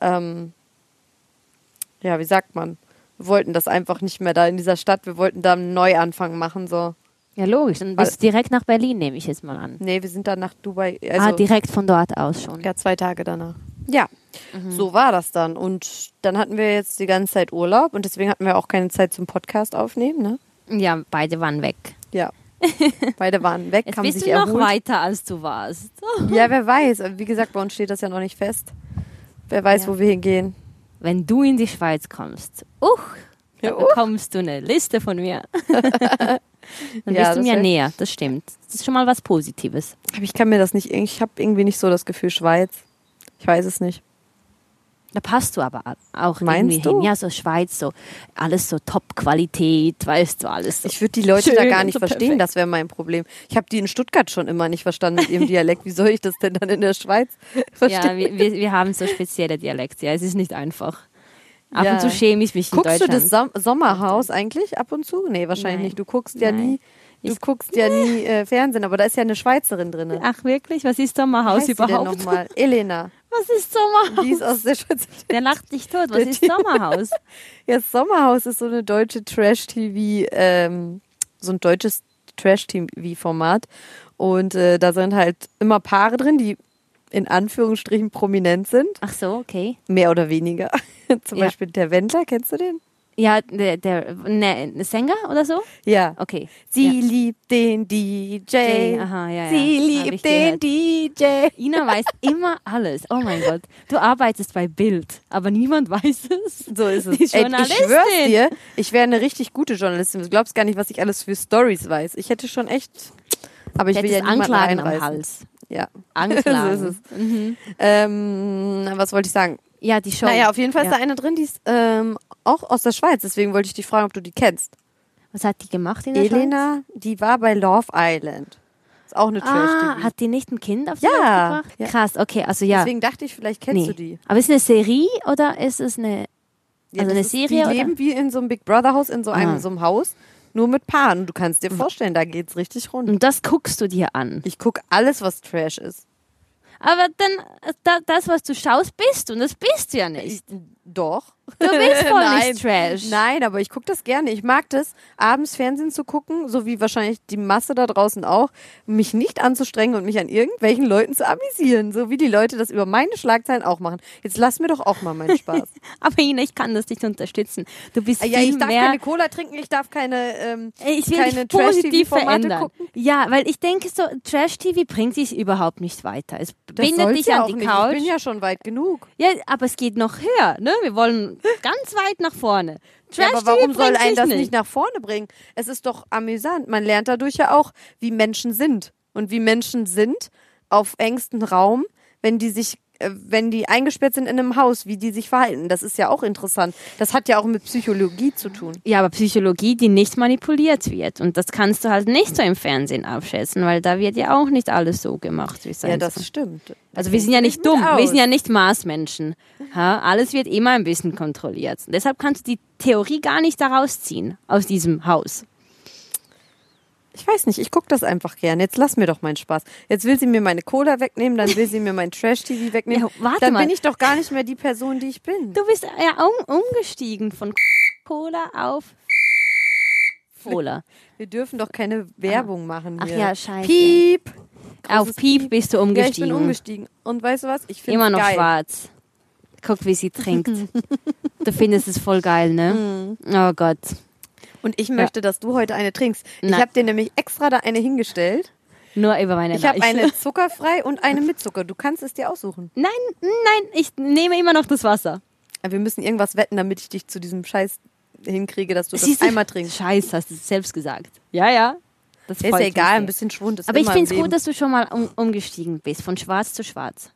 wie sagt man, wir wollten das einfach nicht mehr da in dieser Stadt. Wir wollten da einen Neuanfang machen, so. Ja, logisch. Dann bist du direkt nach Berlin, nehme ich jetzt mal an. Nee, wir sind dann nach Dubai. Also, Direkt von dort aus schon. ja, 2 Tage danach. Ja, so war das dann. Und dann hatten wir jetzt die ganze Zeit Urlaub und deswegen hatten wir auch keine Zeit zum Podcast aufnehmen, ne? Ja, beide waren weg. Ja. Beide waren weg, Jetzt haben bist sich du noch erholt. weiter, als du warst. Ja, wer weiß. Wie gesagt, bei uns steht das ja noch nicht fest. Wer weiß, wo wir hingehen. Wenn du in die Schweiz kommst, dann bekommst du eine Liste von mir. Dann bist du mir näher, das stimmt. Das ist schon mal was Positives. Aber ich kann mir das nicht, ich habe irgendwie nicht so das Gefühl Schweiz. Ich weiß es nicht. Da passt du aber auch Meinst irgendwie du? hin. Ja, so Schweiz, so alles so Top-Qualität, weißt du, alles so. Ich würde die Leute schön da gar und nicht so verstehen, perfekt. das wäre mein Problem. Ich habe die in Stuttgart schon immer nicht verstanden mit ihrem Dialekt. Wie soll ich das denn dann in der Schweiz verstehen? Ja, wir haben so spezielle Dialekte. Ja, es ist nicht einfach. Ab Ja. und zu schäme ich mich in Guckst du Deutschland. das Sommerhaus eigentlich ab und zu? Nee, wahrscheinlich Nein. nicht. Du guckst ja Nein. nie. Du guckst ja nie Fernsehen, aber da ist ja eine Schweizerin drin. Ach wirklich? Was ist Sommerhaus überhaupt? nochmal? Elena. Was ist Sommerhaus? Die ist aus der Schweiz. Der lacht dich tot. Was ist Sommerhaus? Ja, das Sommerhaus ist so eine deutsche Trash-TV, so ein deutsches Trash-TV-Format. Und da sind halt immer Paare drin, die in Anführungsstrichen prominent sind. Ach so, okay. Mehr oder weniger. Zum Ja. Beispiel der Wendler, kennst du den? Ja, der Sänger oder so? Ja. Okay. Sie Ja. liebt den DJ. Aha, ja, ja. Sie Hab liebt ich den gehört. DJ. Ina weiß immer alles. Oh mein Gott. Du arbeitest bei Bild, aber niemand weiß es. So ist es. Die Ey, ich Journalistin. schwör's dir, ich wäre eine richtig gute Journalistin. Du glaubst gar nicht, was ich alles für Stories weiß. Ich hätte schon echt... Aber ich Du will ja hättest niemanden Anklagen am einreißen. Hals. Ja. Anklagen. So ist es. Was wollte ich sagen? Ja, die Show. Naja, auf jeden Fall ist Ja. da eine drin, die ist auch aus der Schweiz. Deswegen wollte ich dich fragen, ob du die kennst. Was hat die gemacht in der Elena, die war bei Love Island. Ist auch eine Schweiz? Ah, Trash-TV. hat die nicht ein Kind auf die Ja, Welt gebracht? ja. Krass, okay, also ja. Deswegen dachte ich, vielleicht kennst du die. Aber ist es eine Serie oder ist es eine... Ja, Also das eine ist, Serie, die oder? leben wie in so einem Big Brother Haus, in so einem, Ah. so einem Haus, nur mit Paaren. Du kannst dir vorstellen, da geht's richtig rund. Und das guckst du dir an. Ich guck alles, was Trash ist. Aber dann, das, was du schaust, bist du. Und das bist du ja nicht. Doch. Du bist voll Nein. nicht Trash. Nein, aber ich gucke das gerne. Ich mag das, abends Fernsehen zu gucken, so wie wahrscheinlich die Masse da draußen auch, mich nicht anzustrengen und mich an irgendwelchen Leuten zu amüsieren, so wie die Leute das über meine Schlagzeilen auch machen. Jetzt lass mir doch auch mal meinen Spaß. Aber Ina, ich kann das nicht unterstützen. Du bist Ja, viel ich darf mehr... keine Cola trinken, ich darf keine, Ich will keine dich positiv Trash-TV-Formate verändern. gucken. Ja, weil ich denke so, Trash-TV bringt dich überhaupt nicht weiter. Es Das bindet soll's dich ja an auch die nicht. Couch. Ich bin ja schon weit genug. Ja, aber es geht noch höher, ne? Wir wollen ganz weit nach vorne. Ja, aber Trash-TV warum soll bringt einen dich das nicht nach vorne bringen? Es ist doch amüsant. Man lernt dadurch ja auch, wie Menschen sind. Und wie Menschen sind auf engstem Raum, wenn die eingesperrt sind in einem Haus, wie die sich verhalten. Das ist ja auch interessant. Das hat ja auch mit Psychologie zu tun. Ja, aber Psychologie, die nicht manipuliert wird. Und das kannst du halt nicht so im Fernsehen abschätzen, weil da wird ja auch nicht alles so gemacht, wie es sein Ja, das soll. stimmt. Also wir sind ja nicht Sieht dumm, gut wir aus. sind ja nicht Marsmenschen. Ha? Alles wird immer ein bisschen kontrolliert. Und deshalb kannst du die Theorie gar nicht daraus ziehen, aus diesem Haus. Ich weiß nicht, ich gucke das einfach gern. Jetzt lass mir doch meinen Spaß. Jetzt will sie mir meine Cola wegnehmen, dann will sie mir mein Trash-TV wegnehmen. Ja, warte dann mal. bin ich doch gar nicht mehr die Person, die ich bin. Du bist ja umgestiegen von Cola auf Cola. Wir dürfen doch keine Werbung machen Ach hier. ja, scheiße. Piep. Auf Großes Piep bist du Ja, ich umgestiegen. bin umgestiegen. Und weißt du was? Ich finde Immer noch geil. schwarz. Guck, wie sie trinkt. Du findest es voll geil, ne? Oh Gott. Und ich möchte, dass du heute eine trinkst. Ich Nein. habe dir nämlich extra da eine hingestellt. Nur über meine Ich habe Leiche. eine zuckerfrei und eine mit Zucker. Du kannst es dir aussuchen. Nein, ich nehme immer noch das Wasser. Aber wir müssen irgendwas wetten, damit ich dich zu diesem Scheiß hinkriege, dass du das Siehst du? einmal trinkst. Scheiß, hast du es selbst gesagt. Ja. Das Ist ja freut mich egal, sehr. ein bisschen Schwund ist Aber ich immer finde es im Leben. gut, dass du schon mal umgestiegen bist, von schwarz zu schwarz.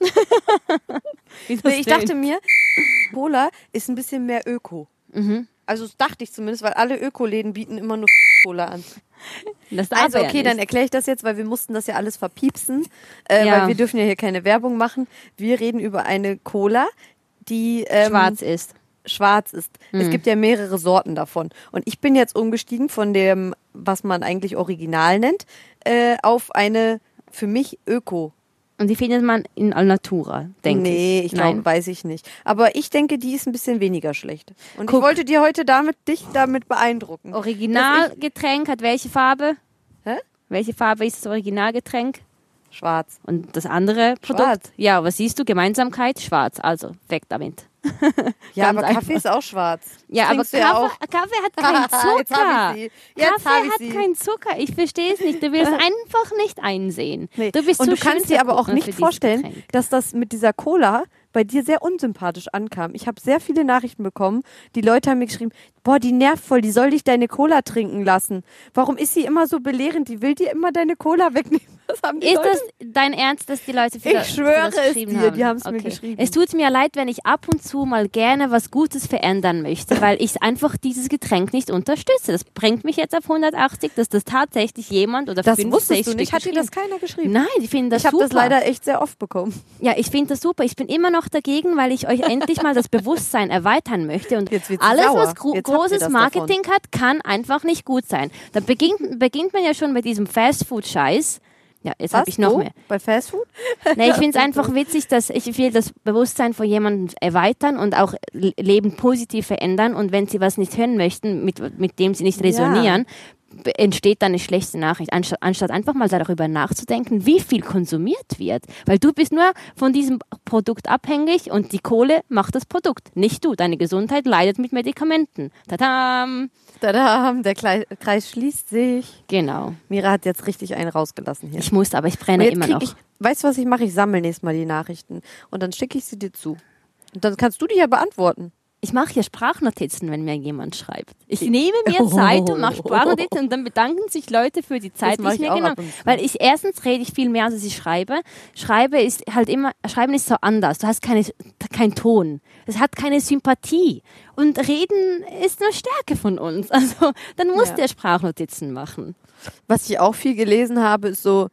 Wie das Nee, ich dachte tönt. mir, Cola ist ein bisschen mehr Öko. Also das dachte ich zumindest, weil alle Ökoläden bieten immer nur Cola an. Das darf Also er ja okay, dann nicht. erkläre ich das jetzt, weil wir mussten das ja alles verpiepsen, Ja. weil wir dürfen ja hier keine Werbung machen. Wir reden über eine Cola, die schwarz ist. schwarz ist. Es gibt ja mehrere Sorten davon. Und ich bin jetzt umgestiegen von dem, was man eigentlich Original nennt, auf eine für mich Öko. Und die findet man in Alnatura, denke ich. Nee, ich Nein. glaube, weiß ich nicht. Aber ich denke, die ist ein bisschen weniger schlecht. Und Guck. ich wollte dir heute dich damit beeindrucken. Originalgetränk hat welche Farbe? Hä? Welche Farbe ist das Originalgetränk? Schwarz. Und das andere Produkt? Schwarz. Ja, was siehst du? Gemeinsamkeit? Schwarz. Also, weg damit. Ja, Ganz aber einfach. Kaffee ist auch schwarz. Ja, aber Trinkst du ja auch. Kaffee hat keinen Zucker. Jetzt hab ich sie. Jetzt hab Kaffee ich hat sie. keinen Zucker. Ich verstehe es nicht. Du willst einfach nicht einsehen. Nee. Du bist und zu du kannst schön dir aber auch für nicht dieses vorstellen, Getränk. dass das mit dieser Cola bei dir sehr unsympathisch ankam. Ich habe sehr viele Nachrichten bekommen. Die Leute haben mir geschrieben, boah, die nervt voll, die soll dich deine Cola trinken lassen. Warum ist sie immer so belehrend? Die will dir immer deine Cola wegnehmen. Was haben die Ist Leute? das dein Ernst, dass die Leute für Ich das, für schwöre das es geschrieben dir, haben? die haben's mir geschrieben. Es tut mir leid, wenn ich ab und zu mal gerne was Gutes verändern möchte, weil ich einfach dieses Getränk nicht unterstütze. Das bringt mich jetzt auf 180, dass das tatsächlich jemand oder Das 50 wusstest du Stück nicht. Hat dir das geschrieben- keiner geschrieben? Nein, die finden das Ich habe super. das leider echt sehr oft bekommen. Ja, ich finde das super. Ich bin immer noch dagegen, weil ich euch endlich mal das Bewusstsein erweitern möchte. Und Jetzt wird sie alles, sauer. was Jetzt habt ihr großes das Marketing hat, kann einfach nicht gut sein. Da beginnt man ja schon mit diesem Fastfood-Scheiß. Ja, jetzt habe ich noch Wo? mehr. Bei Fastfood? Nee, ich finde es einfach witzig, dass ich will das Bewusstsein von jemandem erweitern und auch Leben positiv verändern. Und wenn sie was nicht hören möchten, mit dem sie nicht resonieren, entsteht dann eine schlechte Nachricht, anstatt einfach mal darüber nachzudenken, wie viel konsumiert wird. Weil du bist nur von diesem Produkt abhängig und die Kohle macht das Produkt, nicht du. Deine Gesundheit leidet mit Medikamenten. Tadam! Tadam, der Kreis schließt sich. Genau. Mira hat jetzt richtig einen rausgelassen hier. Ich musste, aber ich brenne immer noch. Weißt du, was ich mache? Ich sammle nächstes Mal die Nachrichten und dann schicke ich sie dir zu. Und dann kannst du die ja beantworten. Ich mache hier Sprachnotizen, wenn mir jemand schreibt. Ich nehme mir Zeit und mache Sprachnotizen und dann bedanken sich Leute für die Zeit, die ich mir genommen habe. Weil erstens rede ich viel mehr, als ich schreibe. Schreiben ist so anders. Du hast keinen Ton. Es hat keine Sympathie. Und Reden ist eine Stärke von uns. Also dann muss der Sprachnotizen machen. Was ich auch viel gelesen habe, ist so,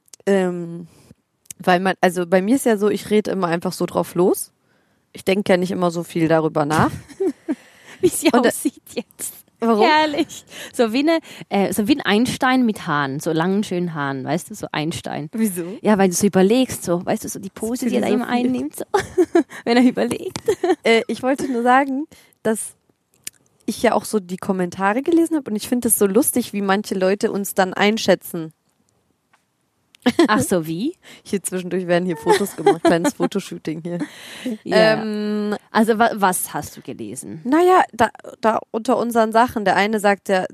also bei mir ist ja so, ich rede immer einfach so drauf los. Ich denke ja nicht immer so viel darüber nach. Wie sie aussieht jetzt. Warum? Herrlich. So wie ein Einstein mit Haaren, so langen, schönen Haaren, weißt du, so Einstein. Wieso? Ja, weil du so überlegst, so, weißt du, so die Pose, die er da immer einnimmt, so, wenn er überlegt. Ich wollte nur sagen, dass ich ja auch so die Kommentare gelesen habe und ich finde es so lustig, wie manche Leute uns dann einschätzen. Ach so, wie? Hier zwischendurch werden hier Fotos gemacht, kleines Fotoshooting hier. Ja. Also was hast du gelesen? Naja, da unter unseren Sachen, der eine sagt ja,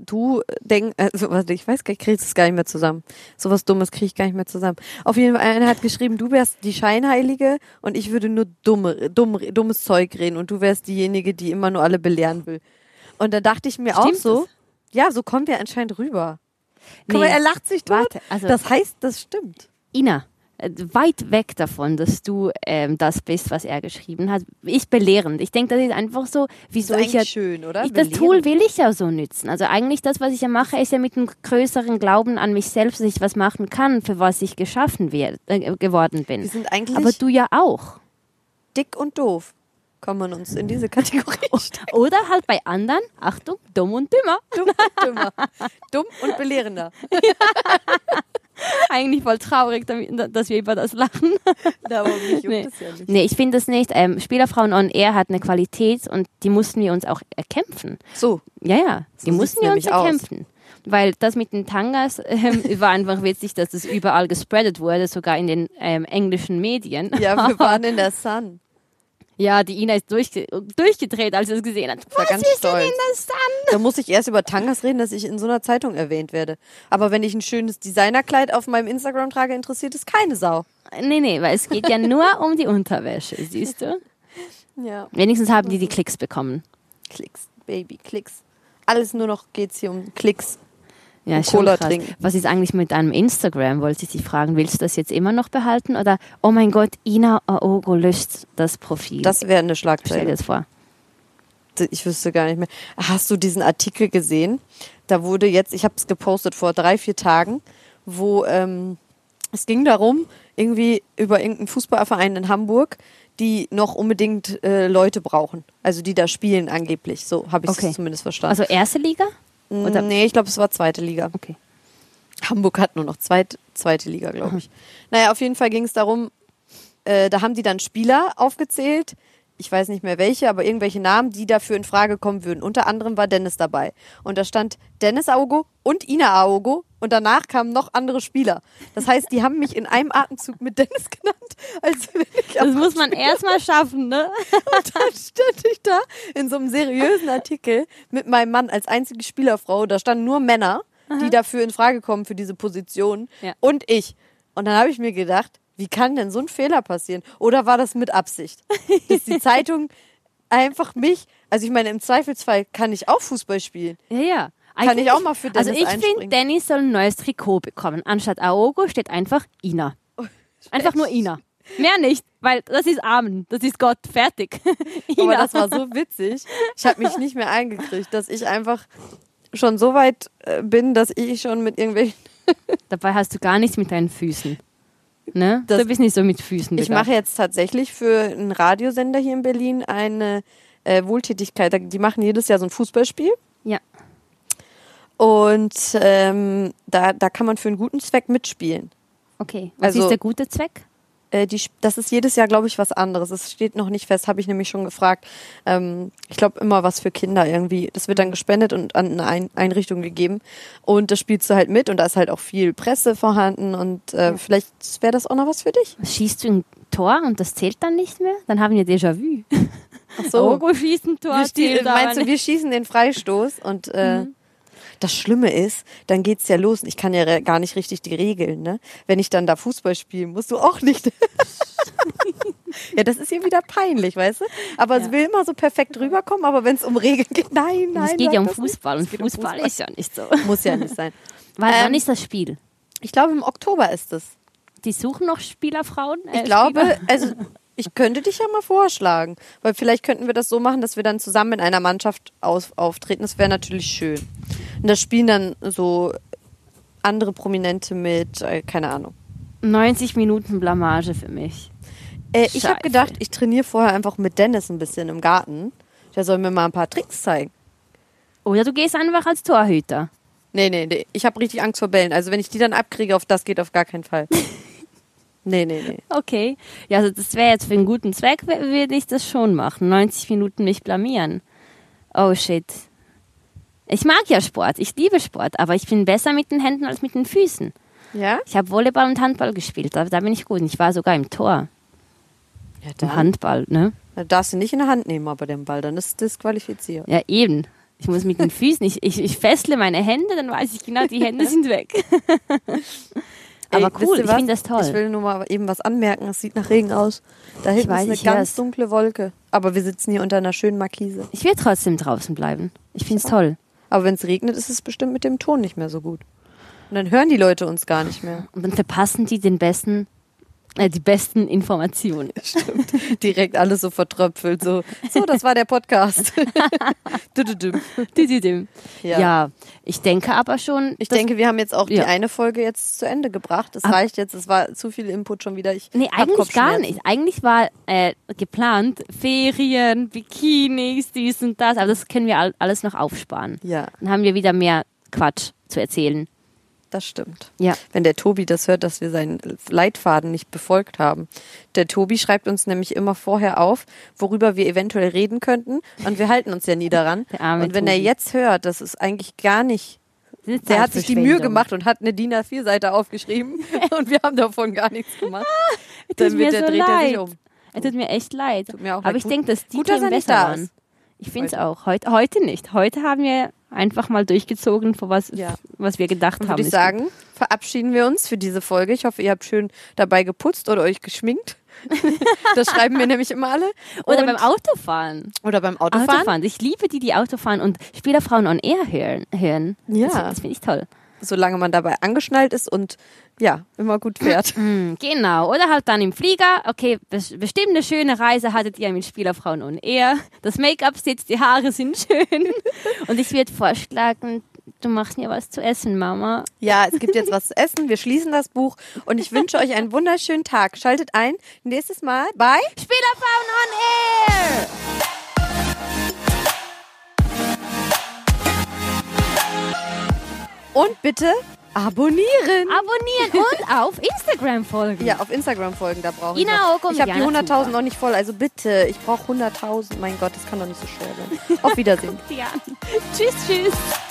ich weiß gar nicht, ich kriege das gar nicht mehr zusammen. Sowas Dummes kriege ich gar nicht mehr zusammen. Auf jeden Fall, einer hat geschrieben, du wärst die Scheinheilige und ich würde nur dummes Zeug reden und du wärst diejenige, die immer nur alle belehren will. Und da dachte ich mir auch so, ja, so kommt er anscheinend rüber. Guck mal, er lacht sich tot. Warte, also das heißt, das stimmt. Ina, weit weg davon, dass du das bist, was er geschrieben hat. Ich belehrend. Ich denke, das ist einfach so, wieso das ist ich ja... schön, oder? Das Tool will ich ja so nützen. Also eigentlich das, was ich ja mache, ist ja mit einem größeren Glauben an mich selbst, dass ich was machen kann, für was ich geschaffen geworden bin. Wir sind eigentlich aber du ja auch. Dick und doof. Kann man uns in diese Kategorie stecken. Oder halt bei anderen, Achtung, dumm und dümmer. Dumm und belehrender. Eigentlich voll traurig, dass wir über das lachen. Aber mich juckt das ja nicht. Nee, ich finde das nicht. Spielerfrauen on Air hat eine Qualität und die mussten wir uns auch erkämpfen. So. Ja, so die mussten wir uns erkämpfen. Weil das mit den Tangas war einfach witzig, dass das überall gespreadet wurde, sogar in den englischen Medien. Ja, wir waren in der Sun. Ja, die Ina ist durchgedreht, als sie das gesehen hat. Was ganz ist denn in der Sun? Da muss ich erst über Tangas reden, dass ich in so einer Zeitung erwähnt werde. Aber wenn ich ein schönes Designerkleid auf meinem Instagram trage, interessiert es keine Sau. Nee, weil es geht ja nur um die Unterwäsche, siehst du? Ja. Wenigstens haben die Klicks bekommen. Klicks, Baby, Klicks. Alles nur noch geht's hier um Klicks. Ja, und Cola krass. trinken. Was ist eigentlich mit deinem Instagram? Wollte ich dich fragen, willst du das jetzt immer noch behalten? Oder, oh mein Gott, Ina Aogo löscht das Profil. Das wäre eine Stell Schlagzeile. dir das vor. Ich wüsste gar nicht mehr. Hast du diesen Artikel gesehen? Da wurde jetzt, ich habe es gepostet vor 3-4 Tagen, wo es ging darum, irgendwie über irgendeinen Fußballverein in Hamburg, die noch unbedingt Leute brauchen. Also die da spielen angeblich. So habe ich es zumindest verstanden. Also erste Liga? Oder? Nee, ich glaube, es war zweite Liga. Okay. Hamburg hat nur noch zweite Liga, glaube ich. Naja, auf jeden Fall ging es darum, da haben die dann Spieler aufgezählt, ich weiß nicht mehr welche, aber irgendwelche Namen, die dafür in Frage kommen würden. Unter anderem war Dennis dabei. Und da stand Dennis Aogo und Ina Aogo und danach kamen noch andere Spieler. Das heißt, die haben mich in einem Atemzug mit Dennis genannt. Als wenn ich das muss man erstmal schaffen, ne? Und dann stand ich da in so einem seriösen Artikel mit meinem Mann als einzige Spielerfrau. Da standen nur Männer, die dafür in Frage kommen für diese Position. Ja. Und ich. Und dann habe ich mir gedacht, wie kann denn so ein Fehler passieren? Oder war das mit Absicht? Dass die Zeitung einfach mich, also ich meine, im Zweifelsfall kann ich auch Fußball spielen. Ja. Kann ich auch mal für Dennis einspringen? Also ich finde, Dennis soll ein neues Trikot bekommen. Anstatt Aogo steht einfach Ina. Einfach nur Ina. Mehr nicht, weil das ist Amen, das ist Gott, fertig. Aber das war so witzig. Ich habe mich nicht mehr eingekriegt, dass ich einfach schon so weit bin, dass ich schon mit irgendwelchen... Dabei hast du gar nichts mit deinen Füßen. Ne? Du bist nicht so mit Füßen bedacht. Ich mache jetzt tatsächlich für einen Radiosender hier in Berlin eine Wohltätigkeit. Die machen jedes Jahr so ein Fußballspiel. Ja. Und da kann man für einen guten Zweck mitspielen. Okay, was Also, ist der gute Zweck? Das ist jedes Jahr, glaube ich, was anderes. Es steht noch nicht fest, habe ich nämlich schon gefragt. Ich glaube, immer was für Kinder irgendwie. Das wird dann gespendet und an eine Einrichtung gegeben. Und das spielst du halt mit und da ist halt auch viel Presse vorhanden. Und vielleicht wäre das auch noch was für dich. Schießt du ein Tor und das zählt dann nicht mehr? Dann haben wir Déjà-vu. Ach so. Ogo schießt ein Tor, zählt Meinst du, aber wir schießen den Freistoß und das Schlimme ist, dann geht's ja los. Ich kann ja gar nicht richtig die Regeln, ne? Wenn ich dann da Fußball spiele, musst du auch nicht. Ja, das ist ja wieder peinlich, weißt du? Aber es will immer so perfekt rüberkommen, aber wenn es um Regeln geht, nein. Es geht ja um das nicht. Fußball und Es geht um Fußball ist ja nicht so. Muss ja nicht sein. Wann ist das Spiel? Ich glaube, im Oktober ist es. Die suchen noch Spielerfrauen? Ich glaube, also ich könnte dich ja mal vorschlagen, weil vielleicht könnten wir das so machen, dass wir dann zusammen in einer Mannschaft auftreten. Das wäre natürlich schön. Und da spielen dann so andere Prominente mit, keine Ahnung. 90 Minuten Blamage für mich. Ich habe gedacht, ich trainiere vorher einfach mit Dennis ein bisschen im Garten. Der soll mir mal ein paar Tricks zeigen. Oder du gehst einfach als Torhüter. Nee. Ich habe richtig Angst vor Bällen. Also wenn ich die dann abkriege, auf das geht auf gar keinen Fall. Nee. Okay. Ja, also das wäre jetzt für einen guten Zweck, würde ich das schon machen. 90 Minuten mich blamieren. Oh shit. Ich mag ja Sport, ich liebe Sport, aber ich bin besser mit den Händen als mit den Füßen. Ja? Ich habe Volleyball und Handball gespielt, da bin ich gut. Ich war sogar im Tor. Ja, Im Handball, ne? Da darfst du nicht in der Hand nehmen, aber den Ball, dann ist es disqualifiziert. Ja, eben. Ich muss mit den Füßen, ich fessle meine Hände, dann weiß ich genau, die Hände sind weg. Aber cool, ich finde das toll. Ich will nur mal eben was anmerken, es sieht nach Regen aus. Da hinten ist eine ganz dunkle Wolke. Aber wir sitzen hier unter einer schönen Markise. Ich will trotzdem draußen bleiben. Ich finde es toll. Aber wenn es regnet, ist es bestimmt mit dem Ton nicht mehr so gut. Und dann hören die Leute uns gar nicht mehr. Und dann verpassen die die besten Informationen. Stimmt. Direkt alles so vertröpfelt. So, das war der Podcast. Ja, ich denke aber schon. Ich denke, wir haben jetzt auch die eine Folge jetzt zu Ende gebracht. Es reicht jetzt. Es war zu viel Input schon wieder. Nee, eigentlich gar nicht. Eigentlich war geplant Ferien, Bikinis, dies und das. Aber das können wir alles noch aufsparen. Ja. Dann haben wir wieder mehr Quatsch zu erzählen. Das stimmt. Ja. Wenn der Tobi das hört, dass wir seinen Leitfaden nicht befolgt haben. Der Tobi schreibt uns nämlich immer vorher auf, worüber wir eventuell reden könnten. Und wir halten uns ja nie daran. Und wenn er jetzt hört, das ist eigentlich gar nicht... Der hat sich die Mühe gemacht und hat eine DIN A4-Seite aufgeschrieben und wir haben davon gar nichts gemacht. Dann dreht er sich um. Es tut mir echt leid. Tut mir auch aber leid. ich denke, dass die gut, dass Themen er nicht besser da waren. ist. Ich finde es auch. Heute nicht. Heute haben wir einfach mal durchgezogen, was wir gedacht haben. Würde ich sagen, verabschieden wir uns für diese Folge. Ich hoffe, ihr habt schön dabei geputzt oder euch geschminkt. Das schreiben mir nämlich immer alle. Oder beim Autofahren. Ich liebe die Auto fahren und Spielerfrauen on Air hören. Ja. Das finde ich toll. Solange man dabei angeschnallt ist und ja, immer gut fährt. Genau. Oder halt dann im Flieger. Okay, bestimmt eine schöne Reise hattet ihr mit Spielerfrauen on Air. Das Make-up sitzt, die Haare sind schön. Und ich würde vorschlagen, du machst mir was zu essen, Mama. Ja, es gibt jetzt was zu essen. Wir schließen das Buch und ich wünsche euch einen wunderschönen Tag. Schaltet ein nächstes Mal bei Spielerfrauen on Air. Und bitte abonnieren. Und auf Instagram folgen. Ja, auf Instagram folgen, da brauche ich Genau, noch. Ich habe die 100.000 noch nicht voll, also bitte, ich brauche 100.000. Mein Gott, das kann doch nicht so schwer sein. Auf Wiedersehen. Ja. Tschüss.